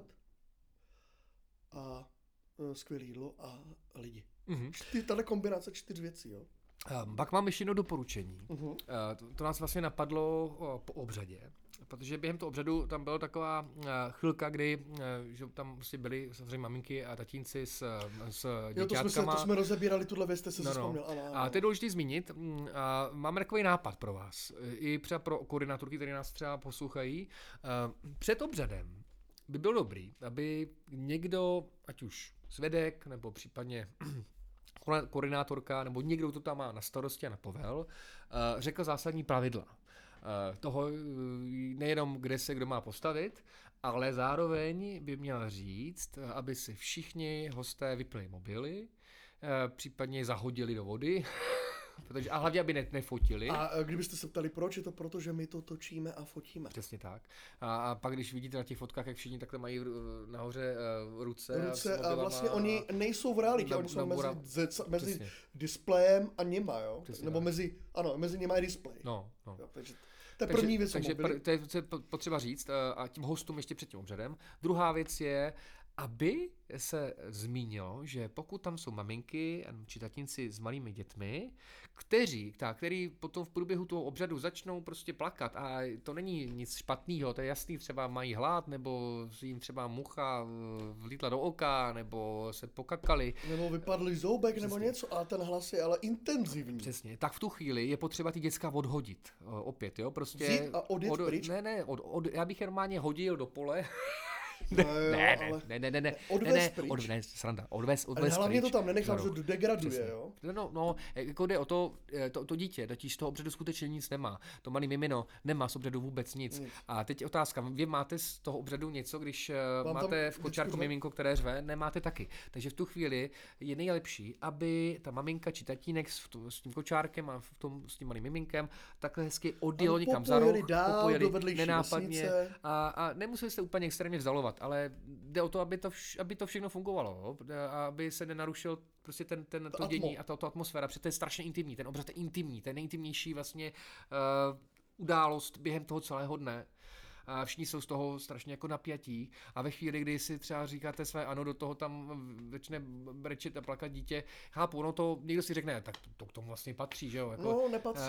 a skvělé jídlo a lidi. Tato kombinace 4 věcí, jo. Pak mám ještě jedno doporučení. To nás vlastně napadlo po obřadě, protože během toho obřadu tam byla taková chvilka, kdy že tam prostě byli samozřejmě maminky a tatínci s děťátkama. To jsme rozebírali, tuhle věc, jste se vzpomněl. Ano. A to je důležité zmínit. Máme takový nápad pro vás, i třeba pro koordinátorky, které nás třeba poslouchají. Před obřadem by bylo dobrý, aby někdo, ať už svědek, nebo případně koordinátorka, nebo někdo, kdo to tam má na starosti a na povel, řekl zásadní pravidla. Toho nejenom, kde se kdo má postavit, ale zároveň by měl říct, aby si všichni hosté vypli mobily, případně zahodili do vody, a hlavně, aby nefotili. A kdybyste se ptali, proč, je to proto, že my to točíme a fotíme. Přesně tak. A pak, když vidíte na těch fotkách, jak všichni takhle mají nahoře ruce a vlastně oni nejsou v realitě, oni jsou mezi displejem a nima, jo? Přesně nebo tak. mezi nima je displej. No. Jo, to je první věc. Takže to je potřeba říct a tím hostům ještě před tím obřadem. Druhá věc je, aby se zmínilo, že pokud tam jsou maminky či tatínci s malými dětmi, který potom v průběhu toho obřadu začnou prostě plakat a to není nic špatného, to je jasný, třeba mají hlad, nebo jim třeba mucha vlítla do oka, nebo se pokakali. Nebo vypadly zoubek, nebo něco, a ten hlas je ale intenzivní. Přesně, tak v tu chvíli je potřeba ty děcka odhodit opět, jo, prostě. Vzít a odjet pryč? Ne, já bych je normálně hodil do pole. Ne. Odvést, sranda. Odvést hlavně pryč. to tam nenechám, že degraduje, jo? No, jako jde o to dítě, totiž z toho obřadu skutečně nic nemá. To malý mimino nemá z obřadu vůbec nic. A teď otázka, vy máte z toho obřadu něco, když máte v kočárku miminko, které řve, nemáte taky. Takže v tu chvíli je nejlepší, aby ta maminka či tatínek s tím kočárkem a s tím malým miminkem takhle hezky odjel někam za roh, popojeli nenápadně a nemuseli se úplně extrémně vzdalovat, ale jde o to, aby to všechno fungovalo, aby se nenarušil prostě to dění a ta atmosféra, protože to je strašně intimní, ten obřad je intimní, to je nejintimnější vlastně událost během toho celého dne. A všichni jsou z toho strašně jako napjatí a ve chvíli, kdy si třeba říkáte své ano, do toho tam začne brečet a plakat dítě, chápu, no to někdo si řekne, tak to k tomu vlastně patří, že jo? Jako, no, nepatří.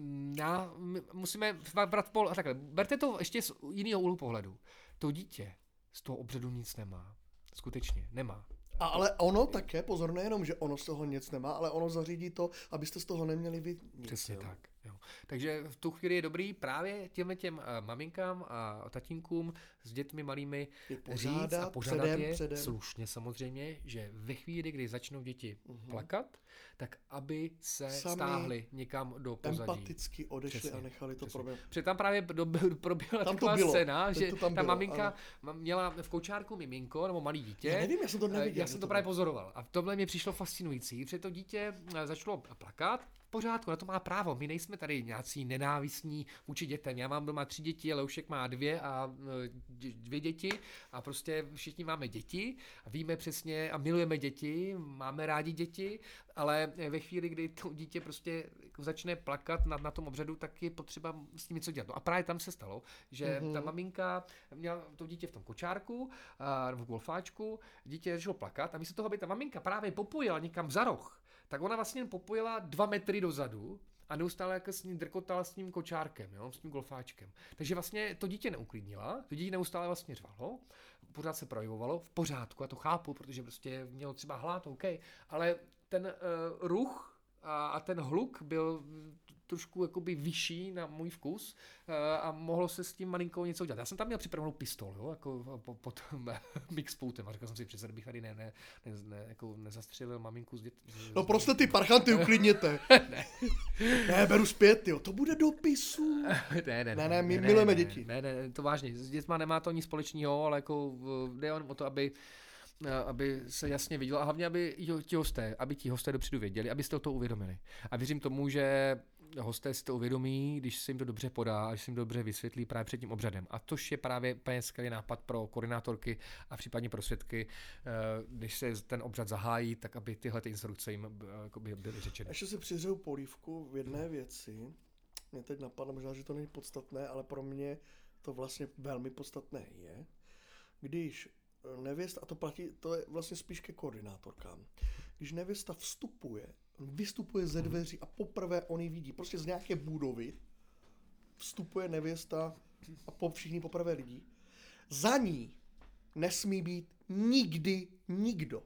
Musíme brát a takhle, berte to ještě z jiného úhlu pohledu. To dítě z toho obřadu nic nemá. Skutečně nemá. Ale ono také, pozor, nejenom, že ono z toho nic nemá, ale ono zařídí to, abyste z toho neměli vy nic. Přesně jo. tak. Jo. Takže v tu chvíli je dobrý právě těm maminkám a tatínkům s dětmi malými říct a požádat předem. Slušně samozřejmě, že ve chvíli, kdy začnou děti plakat, tak aby se stáhli někam do pozadí. Empaticky odešli a nechali to proběhnout. Protože tam právě proběhla taková scéna, že ta maminka měla v kočárku miminko nebo malý dítě. Já nevím, já jsem to neviděl. Já jsem to právě pozoroval a tohle mě přišlo fascinující, protože to dítě začalo plakat. V pořádku, na to má právo. My nejsme tady nějací nenávistní vůči dětem. Já mám doma 3 děti, Leušek má 2 a 2 děti a prostě všichni máme děti a víme přesně a milujeme děti, máme rádi děti, ale ve chvíli, kdy to dítě prostě začne plakat na tom obřadu, tak je potřeba s tím něco dělat. No a právě tam se stalo, že ta maminka měla to dítě v tom kočárku, v golfáčku, dítě začalo plakat a místo toho, aby ta maminka právě popojila někam za roh, tak ona vlastně popojila 2 metry dozadu a neustále jako s ním drkotala s tím kočárkem, jo, s tím golfáčkem. Takže vlastně to dítě neuklidnila, to dítě neustále vlastně řvalo, pořád se projevovalo, v pořádku, já to chápu, protože prostě mělo třeba hlad, OK, ale ten ruch a ten hluk byl trošku jakoby vyšší na můj vkus a mohlo se s tím malinkou něco udělat. Já jsem tam měl připravenou pistol, jo, jako pod mixpoutem a říkal jsem si přece, bych tady jako nezastřelil maminku z No prostě ty parchanty uklidněte. Ne, beru zpět, jo, to bude do pisu. Ne, my milujeme děti. Ne, to vážně, s dětma nemá to nic společného, ale jako jde o to, aby se jasně vidělo a hlavně, aby ti hosté dopředu věděli, abyste to uvědomili. A věřím tomu, že hosté si to uvědomí, když se jim to dobře podá, až se jim to dobře vysvětlí právě před tím obřadem. A tož je právě úplně skvělý nápad pro koordinátorky a případně pro svědky, když se ten obřad zahájí, tak aby tyhle instrukce jim byly řečeny. Ještě si přihřeju polívku v jedné věci. Mě teď napadlo, možná, že to není podstatné, ale pro mě to vlastně velmi podstatné je, když nevěsta, a to platí, to je vlastně spíš ke koordinátorkám, když nevěsta vystupuje ze dveří a poprvé on ji vidí, prostě z nějaké budovy vstupuje nevěsta a všichni poprvé lidí, za ní nesmí být nikdy nikdo.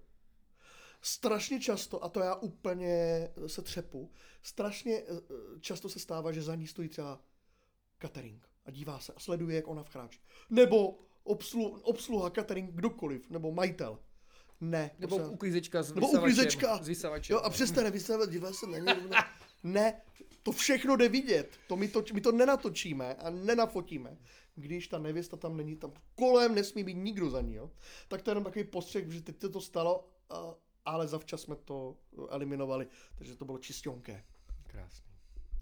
Strašně často, a to já úplně se třepu, strašně často se stává, že za ní stojí třeba catering a dívá se a sleduje, jak ona vkráčí. Nebo obsluha, catering, kdokoliv, nebo majitel. Ne. Nebo uklízečka s vysavačem. Jo, a přestane vysávat, dívá se na ně. Ne, to všechno jde vidět. My to nenatočíme a nenafotíme. Když ta nevěsta tam není, tam kolem nesmí být nikdo za ní. Jo? Tak to je jenom takový postřeh, že teď se to stalo, ale zavčas jsme to eliminovali. Takže to bylo čistionké. Krásný.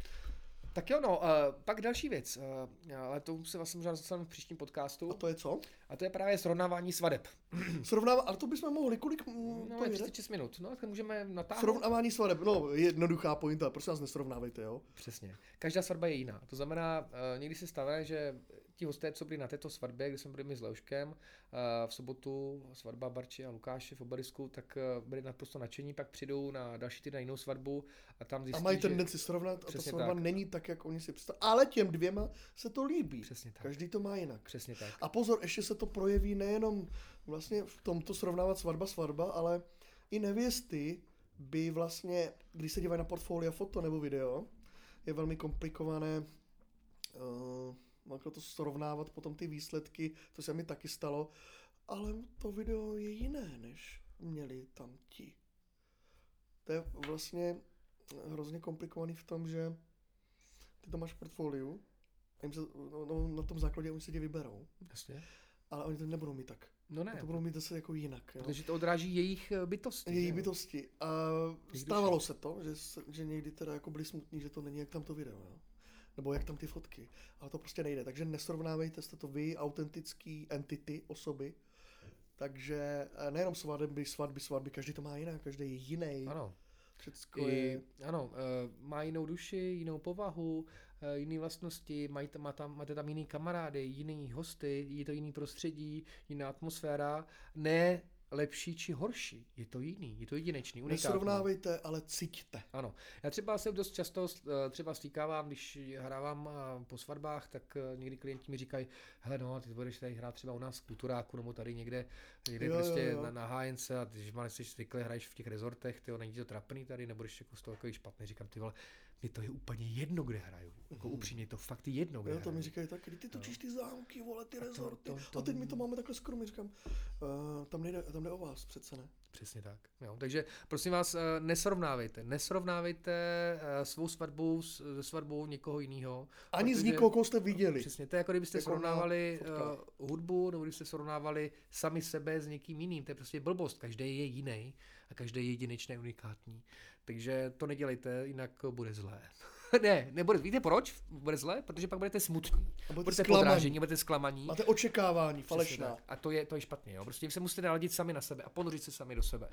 Tak jo, no, pak další věc, ale to se vlastně možná dostaneme v příštím podcastu. A to je co? A to je právě srovnávání svadeb. Ale to bychom mohli, kolik to je 36 minut, no, tak můžeme natáhnout. Srovnávání svadeb, no, jednoduchá pointa, prosím vás, nesrovnávejte, jo? Přesně. Každá svatba je jiná, to znamená, někdy se stane, že ti hosté, co byli na této svatbě, kde jsme byli my s Leuškem, v sobotu svatba Barči a Lukáše v Obelisku, tak byli naprosto nadšení, pak přijdou na další týden na jinou svatbu a tam zjistí, a mají tendenci srovnat a ta svatba tak není tak, jak oni si představují. Ale těm dvěma se to líbí. Přesně tak. Každý to má jinak. Přesně tak. A pozor, ještě se to projeví nejenom vlastně v tomto srovnávat svatba, ale i nevěsty by vlastně, když se dívají na portfolia foto nebo video, je velmi komplikované to srovnávat potom ty výsledky, to se mi taky stalo, ale to video je jiné, než měli tam ti. To je vlastně hrozně komplikovaný v tom, že ty to máš v portfoliu a na tom základě oni se tě vyberou. Jasně. Ale oni to nebudou mít tak. No ne. To budou mít zase jako jinak. Jo? Protože to odráží jejich bytosti. Jejich bytosti. A stávalo se to, že někdy teda jako byli smutní, že to není jak tam to video. Jo? Nebo jak tam ty fotky. Ale to prostě nejde. Takže nesrovnávejte, jste to vy, autentický entity, osoby. Takže nejenom svatby, každý to má jinak, každý je jiný. Ano. Ano, má jinou duši, jinou povahu, jiné vlastnosti, máte tam jiný kamarády, jiný hosty, je to jiný prostředí, jiná atmosféra, ne lepší či horší, je to jiný, je to jedinečný, unikátní. Nesrovnávejte, ale cítíte. Ano, já třeba se dost často třeba stýkávám, když hrávám po svatbách, tak někdy klienti mi říkají, hele no, ty budeš tady hrát třeba u nás v Kulturáku, nebo tady někde prostě na HNC a když jsi zvyklý, hraješ v těch rezortech, tyjo, není to trapný tady, nebudeš jako z toho takový špatný, říkám, ty vole, mě to je úplně jedno, kde hraju. Jako upřímně, to fakt je jedno, kde hraju. To mi říkají tak, kdy ty točíš ty zámky, vole, ty rezorty. A teď my to máme takhle skromně, říkám, tam jde o vás, přece ne. Přesně tak. Jo, takže prosím vás, nesrovnávejte svou svatbu se svatbou někoho jiného. Ani z nikoho, koho jste viděli. Přesně, to je jako kdybyste srovnávali hudbu, nebo kdybyste srovnávali sami sebe s někým jiným. To je prostě blbost, každý je jiný a každý je jedinečný, unikátní. Takže to nedělejte, jinak bude zlé. Nebude, víte proč? Bude zlé? Protože pak budete smutní. Budete podrážení, budete zklamaní. Máte očekávání, falešná. A to je špatně. Jo? Prostě se musíte naladit sami na sebe a ponořit se sami do sebe.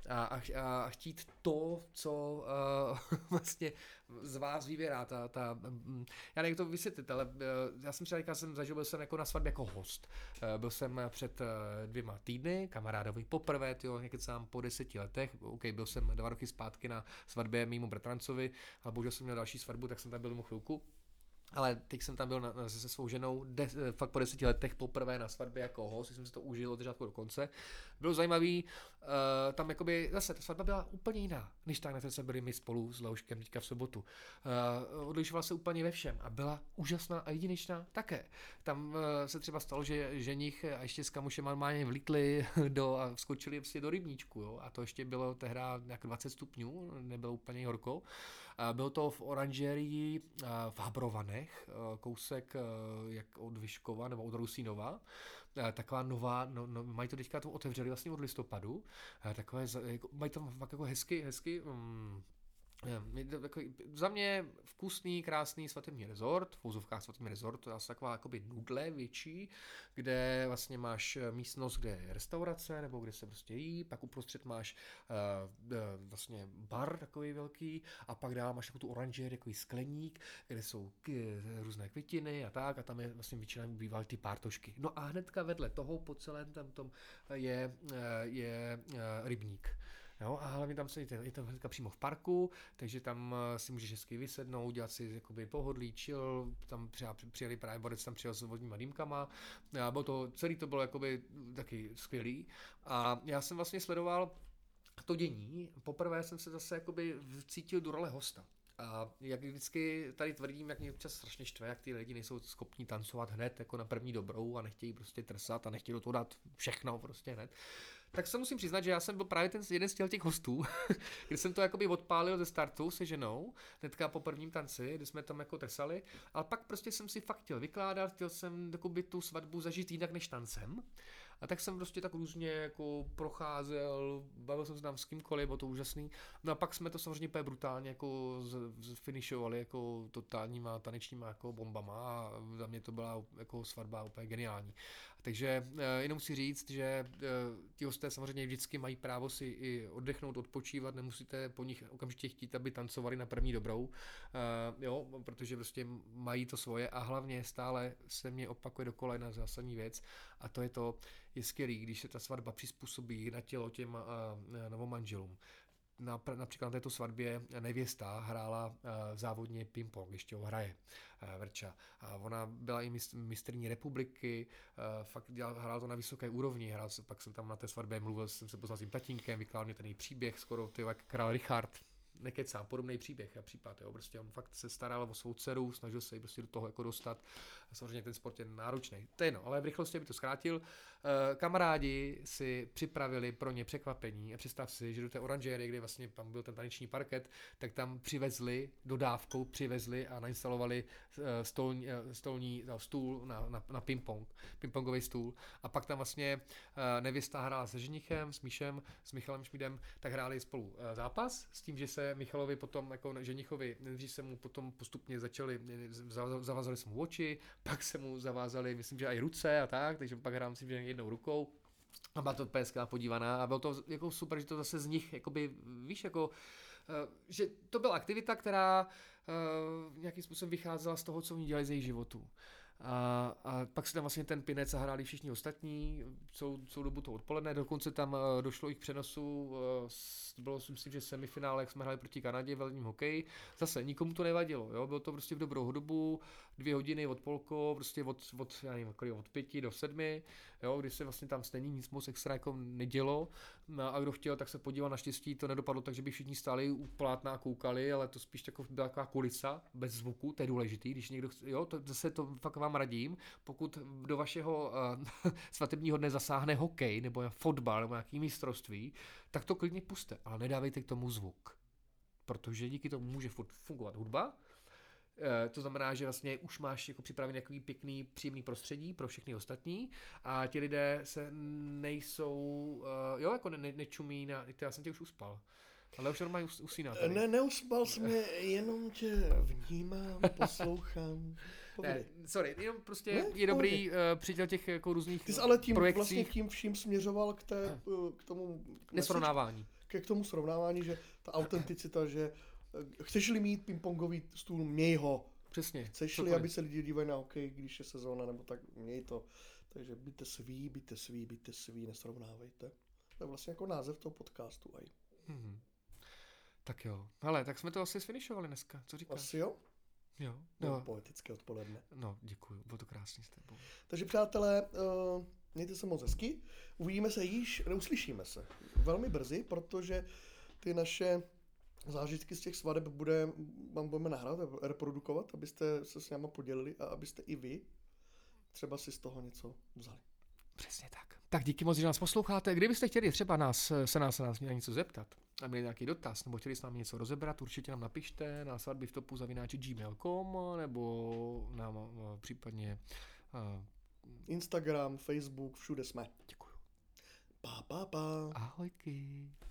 A chtít to, co vlastně z vás vyvěrá. Já nevím, jak to vysvětlit, ale já jsem třeba zažil, byl jsem jako na svatbě jako host. Byl jsem před 2 týdny, kamarádovi poprvé, někdy sám po 10 letech. Byl jsem 2 roky zpátky na svatbě mému bratrancovi, ale bohužel jsem měl další svatbu, tak jsem tam byl mu chvilku. Ale teď jsem tam byl se svou ženou fakt po 10 letech poprvé na svatbě jako host, jsem si to užil od začátku do konce. Bylo zajímavý, tam jakoby zase ta svatba byla úplně jiná, než tak, na které jsme byli my spolu s Lauškem teďka v sobotu. Odlišovala se úplně ve všem a byla úžasná a jedinečná také. Tam se třeba stalo, že ženich a ještě s kamušem normálně vlítli a skočili prostě do rybníčku, jo? A to ještě bylo tehda nějak 20 stupňů, nebylo úplně horko. Bylo to v oranžerii v Habrovanech, kousek jak od Vyškova nebo od Rusínova. Taková nová, mají to teďka to otevřeli vlastně od listopadu. Takové, mají tam fakt jako hezky za mě vkusný, krásný svatební rezort, v úzovkách svatební rezort, to je asi taková jakoby nudle větší, kde vlastně máš místnost, kde je restaurace, nebo kde se prostě jí, pak uprostřed máš vlastně bar takový velký a pak dál máš jako tu oranžérii, takový skleník, kde jsou různé květiny a tak a tam je vlastně většinou bývaly ty pártošky. No a hnedka vedle toho po celém tam tom je rybník. Jo, a hlavně tam je to hnedka přímo v parku, takže tam si můžeš hezky vysednout, dělat si jakoby pohodlí, chill, tam přijeli právě Borec, tam přijel s vodníma dýmkama, a celý to bylo jakoby taky skvělý a já jsem vlastně sledoval to dění, poprvé jsem se zase jakoby cítil do role hosta. A jak vždycky tady tvrdím, jak mě občas strašně štve, jak ty lidi nejsou schopní tancovat hned jako na první dobrou a nechtějí prostě trsat a nechtějí do toho dát všechno prostě hned. Tak se musím přiznat, že já jsem byl právě jeden z těch hostů, kde jsem to jakoby odpálil ze startu se ženou, hnedka po prvním tanci, kdy jsme tam jako trsali, ale pak prostě jsem si fakt chtěl vykládat, chtěl jsem jakoby tu svatbu zažít jinak než tancem. A tak jsem prostě tak různě jako procházel, bavil jsem se tam s kýmkoliv, bylo to úžasný. No a pak jsme to samozřejmě úplně brutálně jako finišovali jako totálníma tanečníma jako bombama a za mě to byla jako svatba úplně geniální. Takže jenom si říct, že ti hosté samozřejmě vždycky mají právo si i oddechnout, odpočívat, nemusíte po nich okamžitě chtít, aby tancovali na první dobrou, jo, protože prostě mají to svoje a hlavně stále se mě opakuje dokola jedna zásadní věc a to je skvělý, když se ta svatba přizpůsobí na tělo těm novomanželům. Například na této svatbě nevěsta hrála závodně ping-pong, ještě ho hraje Verča. A ona byla i mistryní republiky, fakt hrála to na vysoké úrovni, pak jsem tam na té svatbě mluvil, jsem se poznal s tím tatínkem, vykládal mě ten její příběh, skoro jak král Richard, nekecám, podobný příběh a případ, jo, prostě on fakt se staral o svou dceru, snažil se jí prostě do toho jako dostat. A samozřejmě ten sport je náročný. To je jedno, ale v rychlosti by to zkrátil. Kamarádi si připravili pro ně překvapení a představ si, že do té oranžérie, kde vlastně tam byl ten taneční parket, tak tam dodávkou přivezli a nainstalovali stůl na ping-pongový stůl. A pak tam vlastně nevěsta hrála se ženichem, s Michalem Šmídem, tak hráli spolu zápas s tím, že se Michalovi potom jako ženichovi, nejdřív se mu potom postupně zavázali se mu oči, pak se mu zavázali, myslím, že i ruce a tak, takže pak hrál, myslím, že jednou rukou. A byla to péská podívaná a bylo to jako super, že to zase z nich, jakoby, víš, jako, že to byla aktivita, která nějakým způsobem vycházela z toho, co oni dělali z jejich životů. A pak si tam vlastně ten pinec hráli všichni ostatní, celou dobu to odpoledne, dokonce tam došlo i k přenosu, bylo si myslím, že semifinále, jak jsme hráli proti Kanadě v ledním hokeji, zase nikomu to nevadilo, jo? Bylo to prostě v dobrou dobu, 2 hodiny od polko, prostě já nevím, od 5 do 7, jo? Kdy se vlastně tam stejně nic moc extra jako nedělo, no, a kdo chtěl, tak se podíval, naštěstí to nedopadlo tak, že by všichni stáli u plátna a koukali, ale to spíš byla taková kulisa, bez zvuku, to je důležitý, když někdo chce, jo, to zase to fakt vám radím, pokud do vašeho svatebního dne zasáhne hokej nebo fotbal nebo nějaký mistrovství, tak to klidně puste, ale nedávejte k tomu zvuk. Protože díky tomu může fungovat hudba, to znamená, že vlastně už máš jako připravený nějaký pěkný, příjemný prostředí pro všechny ostatní a ti lidé se nejsou, jo, jako nečumí, já jsem tě už uspal. Ale už normálně usíná tady. Neuspal jsem mě, jenom tě vnímám, poslouchám. Ne, sorry, jenom prostě je dobrý při těch jako různých ty jsi ale projekcích. Vlastně tím vším směřoval k tomu nesrovnávání. K tomu srovnávání, že ta autenticita, že chceš-li mít pingpongový stůl, měj ho. Přesně. Chceš-li, aby se lidi dívají na hokej, když je sezóna, nebo tak měj to. Takže buďte sví, nesrovnávejte. To je vlastně jako název toho podcastu. Tak jo. Hele, tak jsme to asi sfinišovali dneska. Co říkáš? Asi jo. Jo. No. Poetické odpoledne. No, děkuju, bylo to krásný s tebou. Takže přátelé, mějte se moc hezky. Uvidíme se uslyšíme se velmi brzy, protože ty naše zážitky z těch svadeb vám budeme nahrát, reprodukovat, abyste se s náma podělili a abyste i vy třeba si z toho něco vzali. Přesně tak. Tak díky moc, že nás posloucháte. Kdybyste chtěli třeba se nás měli něco zeptat a měli nějaký dotaz, nebo chtěli s námi něco rozebrat, určitě nám napište na svatbyvtopu@gmail.com nebo nám případně Instagram, Facebook, všude jsme. Děkuju. Pa. Ahojky.